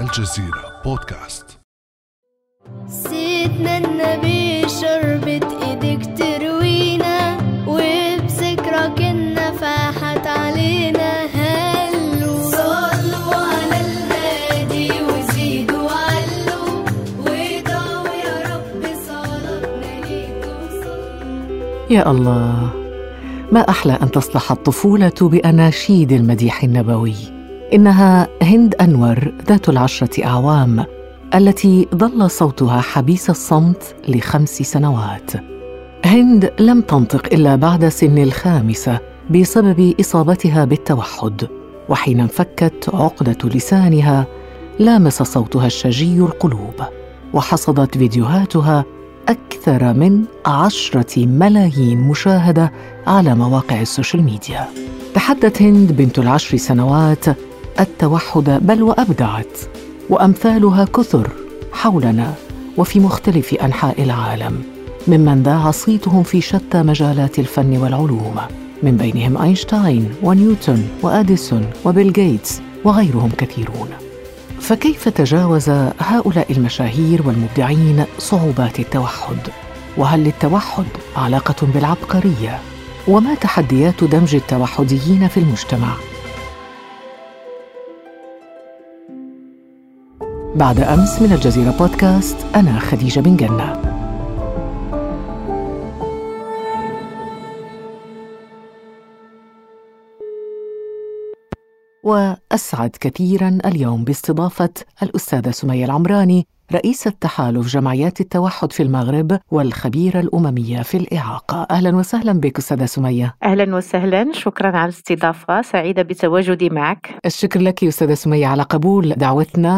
الجزيرة بودكاست. سيدنا النبي شربت ايدك تروينا، وبذكرك النفحت علينا. هلو صلوا على الهادي وزيدوا علوا، وادعوا يا رب صلاتنا ليك وصل. يا الله، ما أحلى أن تصلح الطفولة بأناشيد المديح النبوي. إنها هند أنور ذات 10 أعوام التي ظل صوتها حبيس الصمت ل5 سنوات. هند لم تنطق إلا بعد سن 5 بسبب إصابتها بالتوحد، وحين انفكت عقدة لسانها لامس صوتها الشجي القلوب، وحصدت فيديوهاتها أكثر من 10 ملايين مشاهدة على مواقع السوشيال ميديا. تحدت هند بنت 10 سنوات التوحد بل وأبدعت، وأمثالها كثر حولنا وفي مختلف أنحاء العالم، ممن ذاع صيتهم في شتى مجالات الفن والعلوم، من بينهم أينشتاين ونيوتن وأديسون وبيل غيتس وغيرهم كثيرون. فكيف تجاوز هؤلاء المشاهير والمبدعين صعوبات التوحد؟ وهل للتوحد علاقة بالعبقرية؟ وما تحديات دمج التوحديين في المجتمع؟ بعد أمس من الجزيرة بودكاست، أنا خديجة بن جنة. وأسعد كثيراً اليوم باستضافة الأستاذة سمية العمراني، رئيسة تحالف جمعيات التوحد في المغرب والخبيرة الأممية في الإعاقة. أهلاً وسهلاً بك أستاذة سمية. أهلاً وسهلاً، شكراً على الاستضافة، سعيدة بتواجدي معك. الشكر لك أستاذة سمية على قبول دعوتنا.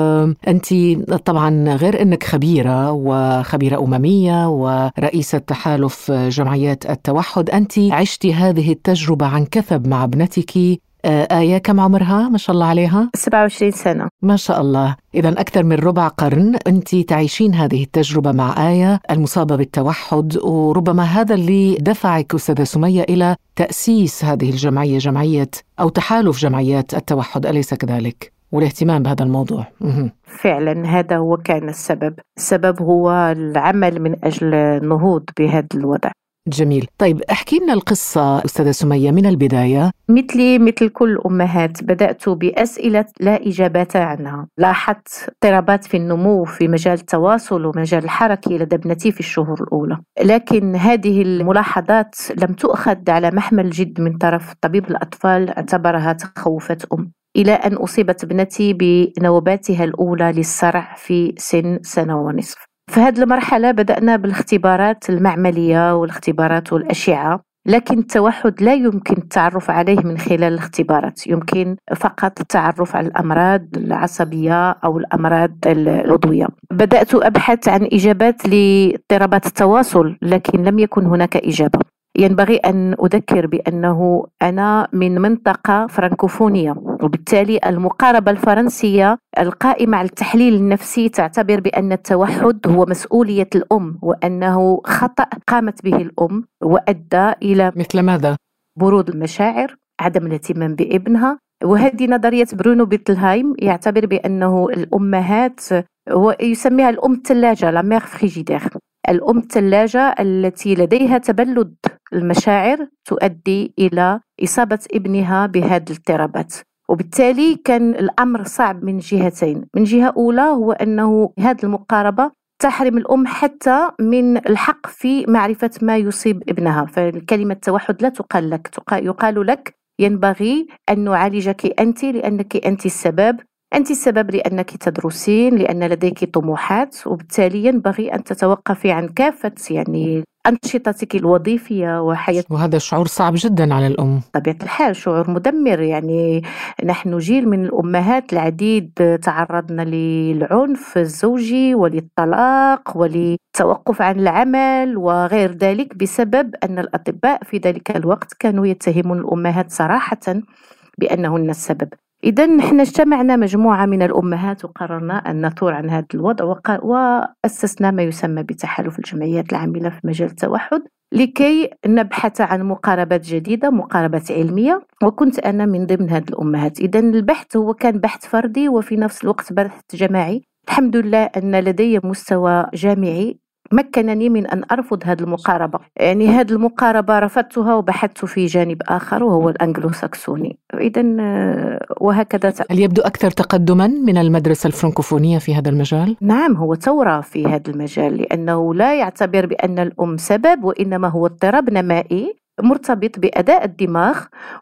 وأنت طبعاً غير أنك خبيرة وخبيرة أممية ورئيسة تحالف جمعيات التوحد، أنت عشتي هذه التجربة عن كثب مع ابنتك آية. كم عمرها ما شاء الله عليها؟ 27 سنة. ما شاء الله. إذن أكثر من ربع قرن أنت تعيشين هذه التجربة مع آية المصابة بالتوحد، وربما هذا اللي دفعك أستاذة سمية إلى تأسيس هذه الجمعية، جمعية أو تحالف جمعيات التوحد، أليس كذلك؟ والاهتمام بهذا الموضوع. فعلا هذا هو كان السبب هو العمل من أجل النهوض بهذا الوضع. جميل. طيب احكي لنا القصة أستاذة سمية من البداية. مثل كل الأمهات بدأت بأسئلة لا إجابات عنها. لاحظت اضطرابات في النمو في مجال التواصل ومجال الحركة لدى ابنتي في الشهور الأولى، لكن هذه الملاحظات لم تؤخذ على محمل جد من طرف طبيب الأطفال، اعتبرها تخوفات إلى أن أصيبت ابنتي بنوباتها الأولى للصرع في سن 1.5 سنة. في هذه المرحلة بدأنا بالاختبارات المعملية والاختبارات والأشعة، لكن التوحد لا يمكن التعرف عليه من خلال الاختبارات، يمكن فقط التعرف على الأمراض العصبية أو الأمراض العضوية. بدأت أبحث عن إجابات لاضطرابات التواصل، لكن لم يكن هناك إجابة. ينبغي أن أذكر بأنه أنا من منطقة فرنكوفونية، وبالتالي المقاربة الفرنسية القائمة على التحليل النفسي تعتبر بأن التوحد هو مسؤولية الأم، وأنه خطأ قامت به الأم وأدى إلى مثل ماذا؟ برود المشاعر، عدم الاهتمام بابنها. وهذه نظرية برونو بيتلهايم يعتبر بأنه الأمهات هو يسميها الأم الثلاجة، لا مير فريجيدير، الأم الثلاجة التي لديها تبلد المشاعر تؤدي إلى إصابة ابنها بهذه الاضطرابات. وبالتالي كان الأمر صعب من جهتين. من جهة أولى هو أنه هذه المقاربة تحرم الأم حتى من الحق في معرفة ما يصيب ابنها، فالكلمة توحد لا تقال لك، يقال لك ينبغي أن نعالجك أنت لأنك أنت السبب، أنت السبب لأنك تدرسين، لأن لديك طموحات، وبالتالي ينبغي أن تتوقفي عن كافة أنشطتك الوظيفية وحياتك. وهذا شعور صعب جدا على الأم. طبيعة الحال شعور مدمر. نحن جيل من الأمهات العديد تعرضنا للعنف الزوجي وللطلاق وللتوقف عن العمل وغير ذلك، بسبب أن الأطباء في ذلك الوقت كانوا يتهمون الأمهات صراحة بأنهن السبب. إذا نحن اجتمعنا مجموعة من الأمهات وقررنا أن نثور عن هذا الوضع، وأسسنا ما يسمى بتحالف الجمعيات العاملة في مجال التوحد لكي نبحث عن مقاربات جديدة، مقاربات علمية، وكنت أنا من ضمن هذه الأمهات. إذن البحث هو كان بحث فردي وفي نفس الوقت بحث جماعي. الحمد لله أن لدي مستوى جامعي مكنني من أن أرفض هذه المقاربة. يعني هذه المقاربة رفضتها وبحثت في جانب آخر وهو الأنجلو ساكسوني. إذن وهكذا. هل يبدو أكثر تقدما من المدرسة الفرنكوفونية في هذا المجال؟ نعم، هو ثورة في هذا المجال، لأنه لا يعتبر بأن الأم سبب، وإنما هو اضطراب نمائي مرتبط بأداء الدماغ،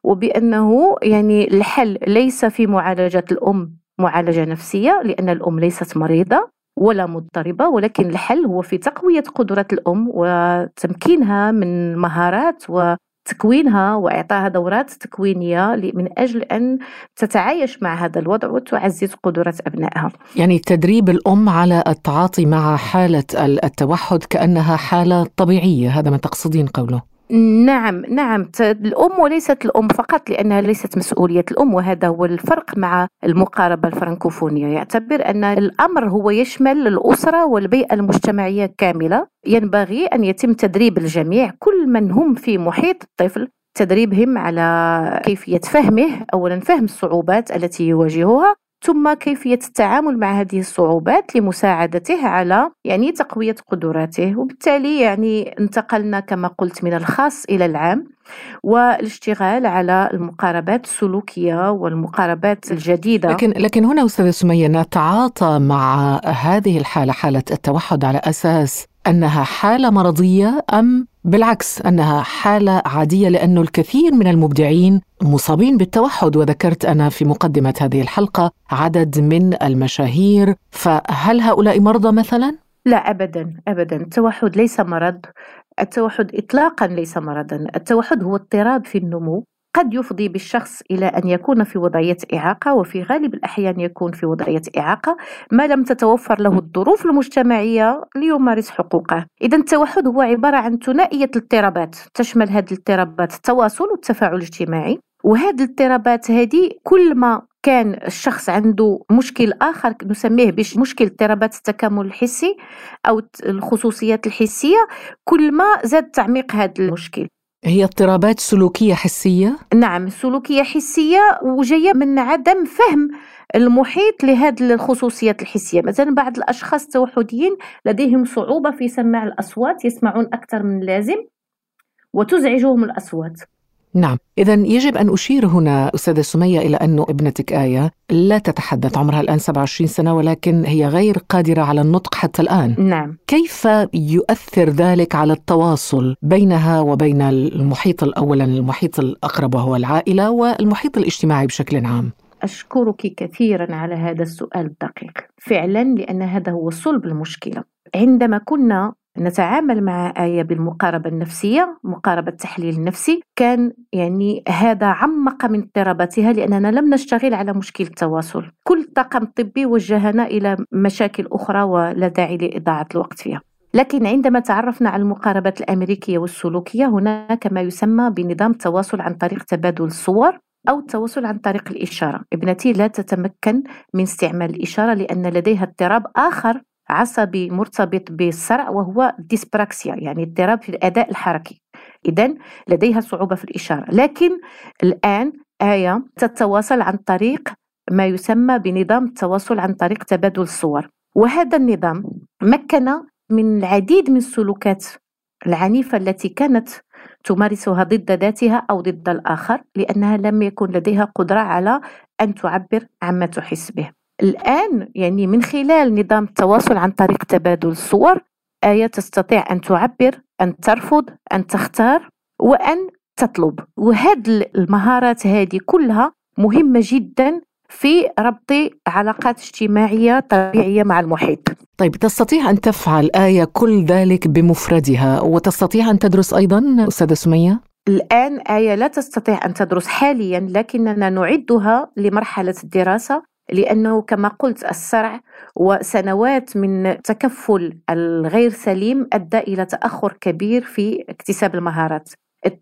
وبأنه يعني الحل ليس في معالجة الأم معالجة نفسية، لأن الأم ليست مريضة ولا مضطربة، ولكن الحل هو في تقوية قدرة الأم وتمكينها من مهارات وتكوينها وإعطاها دورات تكوينية من أجل أن تتعايش مع هذا الوضع وتعزز قدرة أبنائها. يعني تدريب الأم على التعاطي مع حالة التوحد كأنها حالة طبيعية، هذا ما تقصدين قوله؟ نعم، الأم وليست الأم فقط، لأنها ليست مسؤولية الأم، وهذا هو الفرق مع المقاربة الفرنكوفونية. يعتبر أن الأمر هو يشمل الأسرة والبيئة المجتمعية كاملة. ينبغي أن يتم تدريب الجميع، كل من هم في محيط الطفل، تدريبهم على كيفية فهمه، أولا فهم الصعوبات التي يواجهها، ثم كيفية التعامل مع هذه الصعوبات لمساعدته على يعني تقوية قدراته. وبالتالي يعني انتقلنا كما قلت من الخاص إلى العام، والاشتغال على المقاربات السلوكية والمقاربات الجديدة. لكن هنا أستاذة سمية، نتعاطى مع هذه الحالة، حالة التوحد، على أساس أنها حالة مرضية أم بالعكس أنها حالة عادية؟ لأن الكثير من المبدعين مصابين بالتوحد، وذكرت أنا في مقدمة هذه الحلقة عدد من المشاهير، فهل هؤلاء مرضى مثلا؟ لا أبدا. التوحد ليس مرض، التوحد إطلاقا ليس مرضا. التوحد هو اضطراب في النمو، قد يفضي بالشخص إلى أن يكون في وضعية إعاقة، وفي غالب الأحيان يكون في وضعية إعاقة ما لم تتوفر له الظروف المجتمعية ليمارس حقوقه. إذن التوحد هو عبارة عن ثنائية الاضطرابات، تشمل هذه الاضطرابات التواصل والتفاعل الاجتماعي. وهذه الاضطرابات هذه كل ما كان الشخص عنده مشكل آخر نسميه بمشكل اضطرابات التكامل الحسي أو الخصوصيات الحسية، كل ما زاد تعميق هذا المشكل. هي اضطرابات سلوكية حسية؟ نعم، سلوكية حسية، وجاية من عدم فهم المحيط لهذه الخصوصيات الحسية. مثلا بعض الأشخاص التوحديين لديهم صعوبة في سماع الأصوات، يسمعون أكثر من اللازم وتزعجهم الأصوات. نعم، إذن يجب أن أشير هنا أستاذة سمية إلى أن ابنتك آية لا تتحدث، عمرها الآن 27 سنة، ولكن هي غير قادرة على النطق حتى الآن. نعم. كيف يؤثر ذلك على التواصل بينها وبين المحيط الأول، المحيط الأقرب وهو العائلة، والمحيط الاجتماعي بشكل عام؟ أشكرك كثيرا على هذا السؤال الدقيق فعلا، لأن هذا هو صلب المشكلة. عندما كنا نتعامل مع آية بالمقاربة النفسية، مقاربة التحليل النفسي، كان يعني هذا عمق من اضطراباتها، لأننا لم نشتغل على مشكل التواصل. كل الطاقم الطبي وجهنا إلى مشاكل أخرى ولا داعي لإضاعة الوقت فيها. لكن عندما تعرفنا على المقاربات الأمريكية والسلوكية، هناك ما يسمى بنظام التواصل عن طريق تبادل الصور أو التواصل عن طريق الإشارة. ابنتي لا تتمكن من استعمال الإشارة لأن لديها اضطراب آخر عصبي مرتبط بالصرع، وهو ديسبراكسيا، يعني اضطراب في الأداء الحركي. إذن لديها صعوبة في الإشارة. لكن الآن آية تتواصل عن طريق ما يسمى بنظام التواصل عن طريق تبادل الصور، وهذا النظام مكن من العديد من السلوكات العنيفة التي كانت تمارسها ضد ذاتها أو ضد الآخر، لأنها لم يكن لديها قدرة على أن تعبر عما تحس به. الآن يعني من خلال نظام التواصل عن طريق تبادل الصور، آية تستطيع أن تعبر، أن ترفض، أن تختار، وأن تطلب. وهذه المهارات هذه كلها مهمة جدا في ربط علاقات اجتماعية طبيعية مع المحيط. طيب، تستطيع أن تفعل آية كل ذلك بمفردها وتستطيع أن تدرس أيضا أستاذة سمية؟ الآن آية لا تستطيع أن تدرس حاليا، لكننا نعدها لمرحلة الدراسة، لأنه كما قلت الصرع وسنوات من تكفل الغير سليم أدى إلى تأخر كبير في اكتساب المهارات.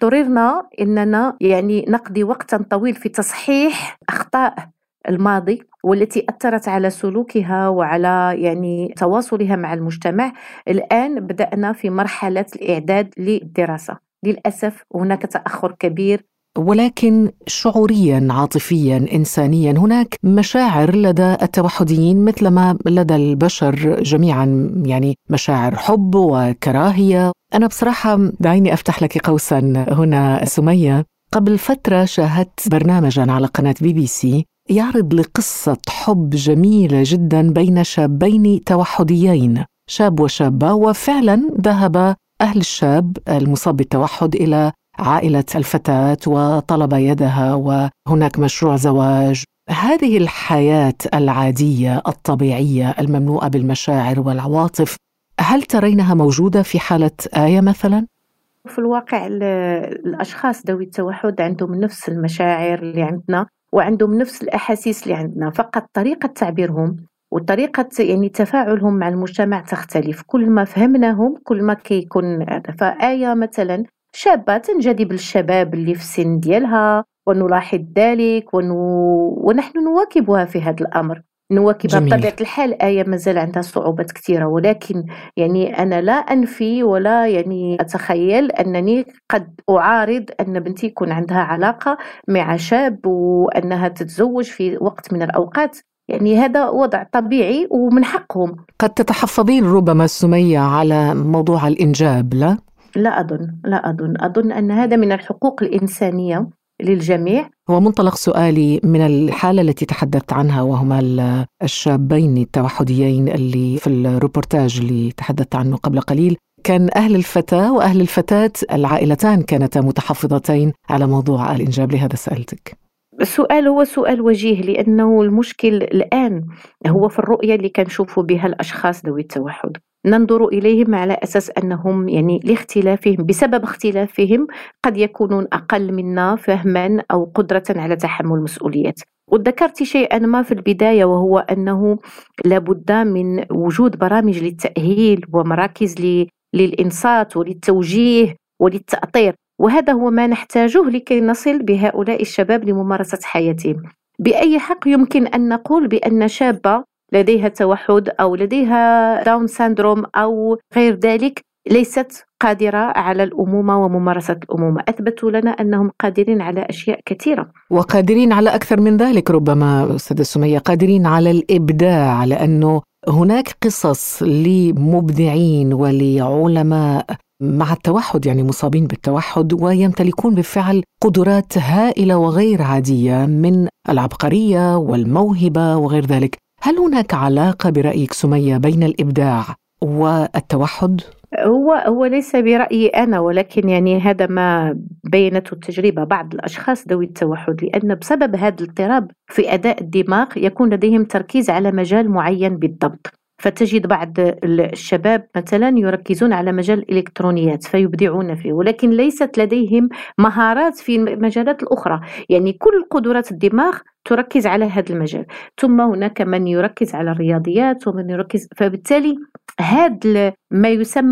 اضطررنا أننا يعني نقضي وقتا طويل في تصحيح أخطاء الماضي والتي أثرت على سلوكها وعلى يعني تواصلها مع المجتمع. الآن بدأنا في مرحلة الإعداد للدراسة. للأسف هناك تأخر كبير، ولكن شعوريا عاطفيا إنسانيا هناك مشاعر لدى التوحديين مثلما لدى البشر جميعا، يعني مشاعر حب وكراهية. أنا بصراحة دعيني أفتح لك قوسا هنا سمية. قبل فترة شاهدت برنامجا على قناة BBC يعرض لقصة حب جميلة جدا بين شابين توحديين، شاب وشابة، وفعلا ذهب أهل الشاب المصاب بالتوحد إلى عائلة الفتاة وطلب يدها، وهناك مشروع زواج. هذه الحياة العادية الطبيعية المملوءة بالمشاعر والعواطف، هل ترينها موجودة في حالة آية مثلا؟ في الواقع الأشخاص ذوي التوحد عندهم نفس المشاعر اللي عندنا وعندهم نفس الأحاسيس اللي عندنا، فقط طريقة تعبيرهم وطريقة يعني تفاعلهم مع المجتمع تختلف. كل ما فهمناهم كل ما كيكون هذا. فآية مثلا شابة تنجذب للشباب اللي في السن ديالها، ونلاحظ ذلك ونحن نواكبها في هذا الأمر، نواكبها. بطبيعة الحال آية مازال عندها صعوبات كثيرة، ولكن يعني أنا لا أنفي ولا يعني أتخيل أنني قد أعارض أن بنتي يكون عندها علاقة مع شاب وأنها تتزوج في وقت من الأوقات. يعني هذا وضع طبيعي ومن حقهم. قد تتحفظين ربما سمية على موضوع الإنجاب، لا؟ لا أظن أن هذا من الحقوق الإنسانية للجميع. ومنطلق سؤالي من الحالة التي تحدثت عنها، وهما الشابين التوحديين اللي في الروبورتاج اللي تحدثت عنه قبل قليل، كان أهل الفتاة وأهل الفتاة العائلتان كانتا متحفظتين على موضوع الإنجاب، لهذا سألتك. السؤال هو سؤال وجيه، لأنه المشكل الآن هو في الرؤية اللي كنشوفوا بها الأشخاص ذوي التوحد. ننظر إليهم على أساس أنهم يعني لاختلافهم، بسبب اختلافهم قد يكونون أقل منا فهما أو قدرة على تحمل المسؤوليات. وذكرت شيئا ما في البداية، وهو أنه لابد من وجود برامج للتأهيل ومراكز للإنصات وللتوجيه وللتأطير، وهذا هو ما نحتاجه لكي نصل بهؤلاء الشباب لممارسة حياتهم. بأي حق يمكن أن نقول بأن شابة لديها توحد أو لديها داون سيندروم أو غير ذلك ليست قادرة على الأمومة وممارسة الأمومة؟ أثبتوا لنا أنهم قادرين على أشياء كثيرة، وقادرين على أكثر من ذلك ربما أستاذة سمية، قادرين على الإبداع، لأنه هناك قصص لمبدعين ولعلماء مع التوحد، يعني مصابين بالتوحد ويمتلكون بالفعل قدرات هائلة وغير عادية من العبقرية والموهبة وغير ذلك. هل هناك علاقة برأيك سمية بين الإبداع والتوحد؟ هو ليس برأيي أنا، ولكن يعني هذا ما بينته التجربة. بعض الأشخاص ذوي التوحد لأن بسبب هذا الاضطراب في أداء الدماغ يكون لديهم تركيز على مجال معين بالضبط، فتجد بعض الشباب مثلا يركزون على مجال الإلكترونيات فيبدعون فيه، ولكن ليست لديهم مهارات في المجالات الأخرى. يعني كل قدرات الدماغ تركز على هذا المجال. ثم هناك من يركز على الرياضيات ومن يركز، فبالتالي هذا ما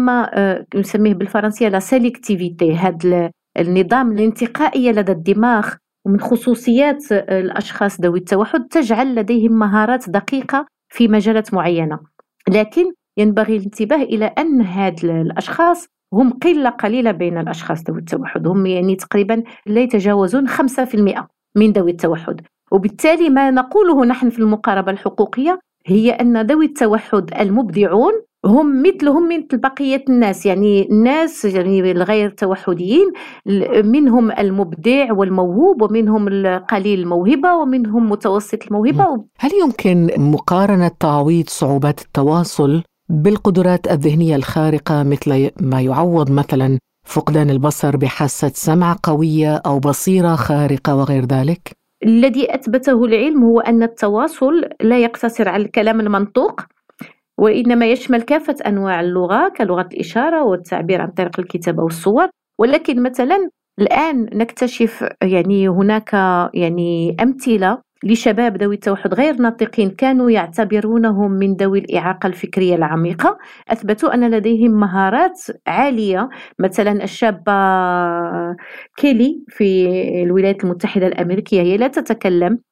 يسميه بالفرنسية لا سيلكتيفيتي، هذا النظام الانتقائي لدى الدماغ ومن خصوصيات الأشخاص ذوي التوحد تجعل لديهم مهارات دقيقة في مجالات معينة. لكن ينبغي الانتباه إلى أن هاد الأشخاص هم قلة قليلة بين الأشخاص ذوي التوحد، هم يعني تقريبا لا يتجاوزون 5% من ذوي التوحد. وبالتالي ما نقوله نحن في المقاربة الحقوقية هي أن ذوي التوحد المبدعون هم مثل بقية الناس، يعني الناس يعني الغير توحديين منهم المبدع والموهوب ومنهم القليل الموهبة ومنهم متوسط الموهبة. هل يمكن مقارنة تعويض صعوبات التواصل بالقدرات الذهنية الخارقة، مثل ما يعوض مثلا فقدان البصر بحاسة سمع قوية أو بصيرة خارقة وغير ذلك؟ الذي أثبته العلم هو أن التواصل لا يقتصر على الكلام المنطوق، وإنما يشمل كافة أنواع اللغة كلغة الإشارة والتعبير عن طريق الكتابة والصور. ولكن مثلا الآن نكتشف يعني هناك يعني أمثلة لشباب ذوي التوحد غير ناطقين كانوا يعتبرونهم من ذوي الإعاقة الفكرية العميقة، أثبتوا أن لديهم مهارات عالية. مثلا الشابة كيلي في الولايات المتحدة الأمريكية هي لا تتكلم،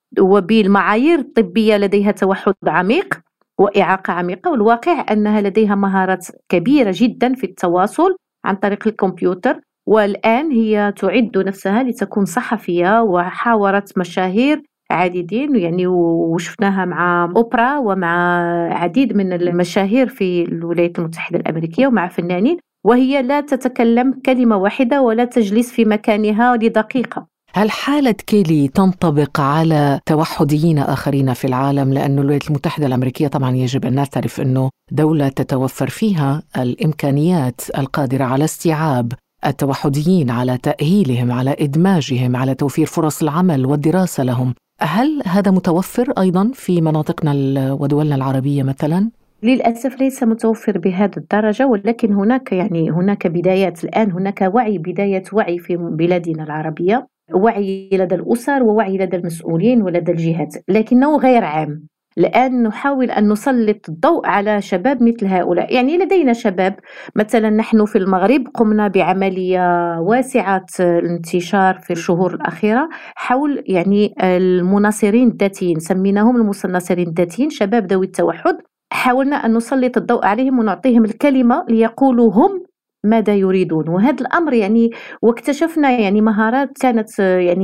وبالمعايير الطبية لديها توحد عميق وإعاقة عميقة، والواقع أنها لديها مهارات كبيرة جدا في التواصل عن طريق الكمبيوتر. والآن هي تعد نفسها لتكون صحفية، وحاورت مشاهير عديدين يعني، وشفناها مع أوبرا ومع عديد من المشاهير في الولايات المتحدة الأمريكية ومع فنانين، وهي لا تتكلم كلمة واحدة ولا تجلس في مكانها لدقيقة. هل حالة كيلي تنطبق على توحديين آخرين في العالم؟ لأن الولايات المتحدة الأمريكية طبعا يجب أن نعترف أنه دولة تتوفر فيها الإمكانيات القادرة على استيعاب التوحديين، على تأهيلهم، على إدماجهم، على توفير فرص العمل والدراسة لهم. هل هذا متوفر أيضا في مناطقنا ودولنا العربية مثلا؟ للأسف ليس متوفر بهذه الدرجة، ولكن هناك بدايات الآن، هناك بداية وعي في بلادنا العربية، وعي لدى الأسر ووعي لدى المسؤولين ولدى الجهات، لكنه غير عام. الآن نحاول أن نسلط الضوء على شباب مثل هؤلاء. يعني لدينا شباب مثلا، نحن في المغرب قمنا بعملية واسعة الانتشار في الشهور الأخيرة حول يعني المناصرين الذاتيين، سميناهم المناصرين الذاتيين، شباب ذوي التوحد. حاولنا أن نسلط الضوء عليهم ونعطيهم الكلمة ليقولوا هم ماذا يريدون. وهذا الأمر يعني، واكتشفنا يعني مهارات كانت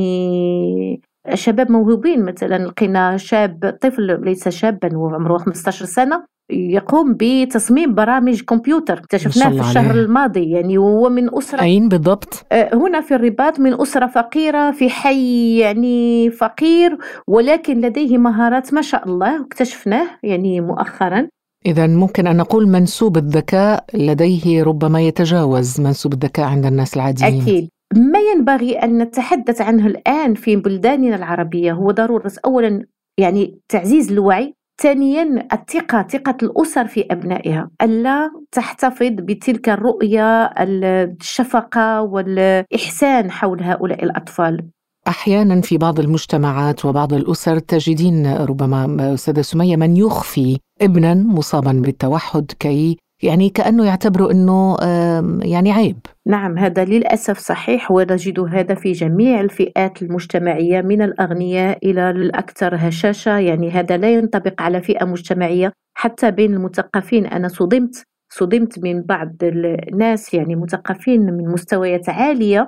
يعني شباب موهوبين. مثلا لقينا شاب، طفل ليس شابا وعمره 15 سنة، يقوم بتصميم برامج كمبيوتر، اكتشفناه في الشهر الماضي. يعني هو من أسرة، أين بالضبط؟ هنا في الرباط، من أسرة فقيرة في حي يعني فقير، ولكن لديه مهارات ما شاء الله، اكتشفناه يعني مؤخرا. إذن ممكن أن نقول منسوب الذكاء لديه ربما يتجاوز منسوب الذكاء عند الناس العاديين. أكيد. ما ينبغي أن نتحدث عنه الآن في بلداننا العربية هو ضرورة أولا يعني تعزيز الوعي، ثانيا ثقة الأسر في أبنائها، ألا تحتفظ بتلك الرؤية الشفقة والإحسان حول هؤلاء الأطفال. أحيانا في بعض المجتمعات وبعض الأسر تجدين ربما أستاذة سمية من يخفي ابنا مصابا بالتوحد يعني كأنه يعتبروا أنه يعني عيب. نعم، هذا للأسف صحيح، ونجد هذا في جميع الفئات المجتمعية من الأغنياء إلى الأكثر هشاشة. يعني هذا لا ينطبق على فئة مجتمعية، حتى بين المثقفين. أنا صدمت من بعض الناس يعني مثقفين من مستويات عالية،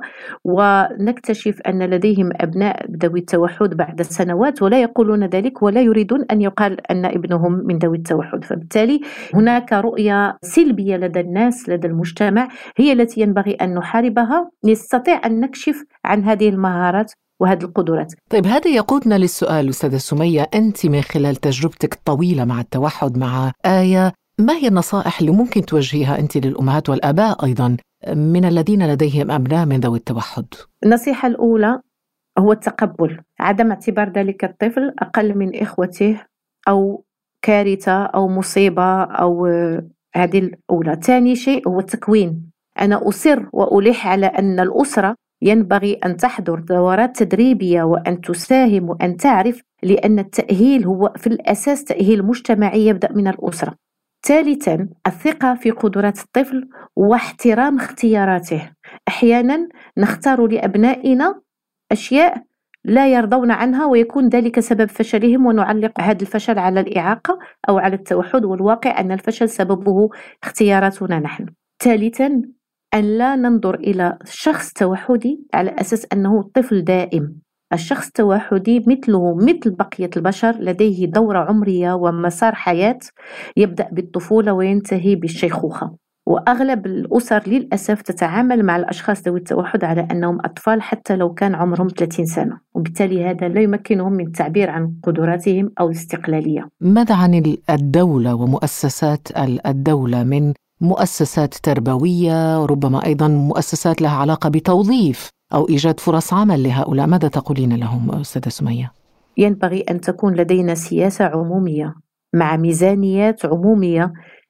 ونكتشف أن لديهم أبناء ذوي التوحد بعد سنوات ولا يقولون ذلك، ولا يريدون أن يقال أن ابنهم من ذوي التوحد. فبالتالي هناك رؤية سلبية لدى الناس، لدى المجتمع، هي التي ينبغي أن نحاربها نستطيع أن نكشف عن هذه المهارات وهذه القدرات. طيب، هذا يقودنا للسؤال أستاذة سمية، أنت من خلال تجربتك الطويلة مع التوحد مع آية، ما هي النصائح اللي ممكن توجهيها أنت للأمهات والآباء أيضا من الذين لديهم أبناء من ذوي التوحد؟ النصيحة الأولى هو التقبل، عدم اعتبار ذلك الطفل أقل من إخوته أو كارثة أو مصيبة أو هذه الأولى. ثاني شيء هو التكوين. أنا أصر وألح على أن الأسرة ينبغي أن تحضر دورات تدريبية وأن تساهم وأن تعرف، لأن التأهيل هو في الأساس تأهيل مجتمعي يبدأ من الأسرة. ثالثا الثقة في قدرات الطفل واحترام اختياراته. أحيانا نختار لأبنائنا أشياء لا يرضون عنها ويكون ذلك سبب فشلهم، ونعلق هذا الفشل على الإعاقة أو على التوحد، والواقع أن الفشل سببه اختياراتنا نحن. ثالثا أن لا ننظر إلى شخص توحدي على أساس أنه طفل دائم. الشخص التوحدي مثله مثل بقية البشر، لديه دورة عمرية ومسار حياة يبدأ بالطفولة وينتهي بالشيخوخة. وأغلب الأسر للأسف تتعامل مع الأشخاص ذوي التوحد على أنهم أطفال حتى لو كان عمرهم 30 سنة، وبالتالي هذا لا يمكنهم من التعبير عن قدراتهم أو الاستقلالية. ماذا عن الدولة ومؤسسات الدولة من مؤسسات تربوية، ربما أيضا مؤسسات لها علاقة بتوظيف أو إيجاد فرص عمل لهؤلاء، ماذا تقولين لهم أستاذة سمية؟ ينبغي أن تكون لدينا سياسة عمومية مع ميزانيات عمومية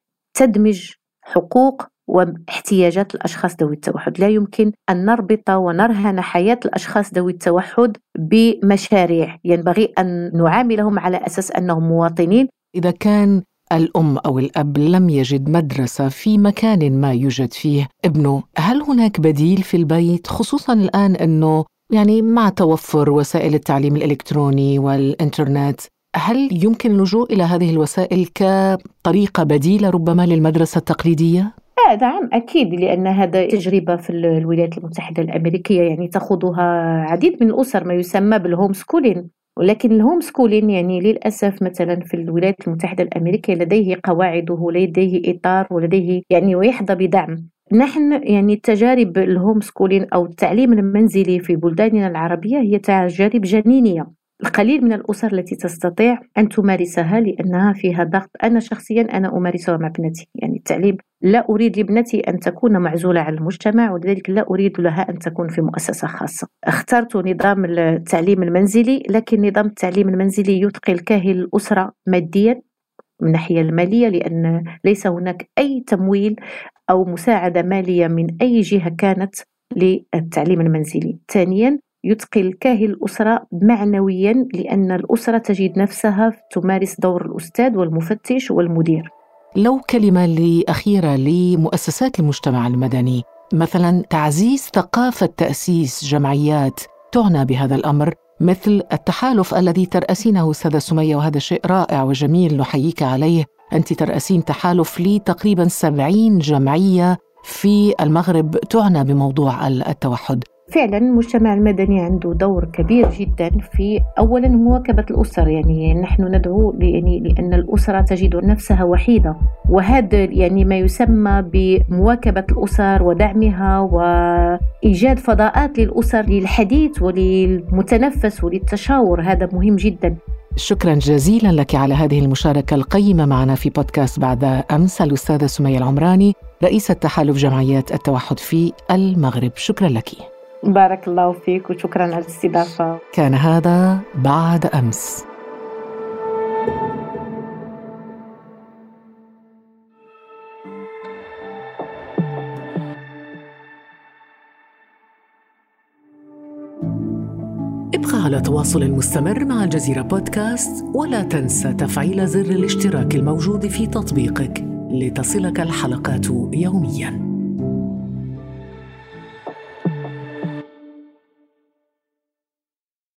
تدمج حقوق واحتياجات الأشخاص ذوي التوحد. لا يمكن أن نربط ونرهن حياة الأشخاص ذوي التوحد بمشاريع، ينبغي أن نعاملهم على أساس أنهم مواطنين. إذا كان الأم أو الأب لم يجد مدرسة في مكان ما يوجد فيه ابنه، هل هناك بديل في البيت؟ خصوصا الآن أنه يعني مع توفر وسائل التعليم الإلكتروني والإنترنت، هل يمكن اللجوء إلى هذه الوسائل كطريقة بديلة ربما للمدرسة التقليدية؟ نعم أكيد، لأن هذا تجربة في الولايات المتحدة الأمريكية يعني تخوضها عديد من الأسر، ما يسمى بالهوم سكولين. ولكن الهوم سكولين يعني للأسف مثلا في الولايات المتحدة الأمريكية لديه قواعده، لديه إطار، ولديه يعني ويحظى بدعم. نحن يعني التجارب الهوم سكولين أو التعليم المنزلي في بلداننا العربية هي تجارب جنينية. القليل من الأسر التي تستطيع أن تمارسها لأنها فيها ضغط. أنا شخصيا أنا أمارسها مع ابنتي، يعني التعليم لا أريد لابنتي أن تكون معزولة عن المجتمع، ولذلك لا أريد لها أن تكون في مؤسسة خاصة. اخترت نظام التعليم المنزلي، لكن نظام التعليم المنزلي يثقل كاهل الأسرة ماديا من الناحية المالية، لأن ليس هناك أي تمويل أو مساعدة مالية من أي جهة كانت للتعليم المنزلي. ثانيا يثقل كاهل الأسرة معنويا، لأن الأسرة تجد نفسها تمارس دور الأستاذ والمفتش والمدير. لو كلمة أخيرة لمؤسسات المجتمع المدني، مثلا تعزيز ثقافة تأسيس جمعيات تعنى بهذا الأمر، مثل التحالف الذي ترأسينه أستاذة سمية، وهذا شيء رائع وجميل نحييك عليه. أنت ترأسين تحالف لتقريبا 70 جمعية في المغرب تعنى بموضوع التوحد. فعلا المجتمع المدني عنده دور كبير جدا في أولا مواكبة الأسر. يعني نحن ندعو لأن الأسرة تجد نفسها وحيدة، وهذا يعني ما يسمى بمواكبة الأسر ودعمها وإيجاد فضاءات للأسر للحديث وللمتنفس وللتشاور. هذا مهم جدا. شكرا جزيلا لك على هذه المشاركة القيمة معنا في بودكاست بعد أمس، الأستاذة سمية العمراني، رئيسة تحالف جمعيات التوحد في المغرب. شكرا لك. بارك الله فيك وشكرا على الاستضافة. كان هذا بعد أمس. ابقى على تواصل مستمر مع الجزيرة بودكاست، ولا تنسى تفعيل زر الاشتراك الموجود في تطبيقك لتصلك الحلقات يومياً.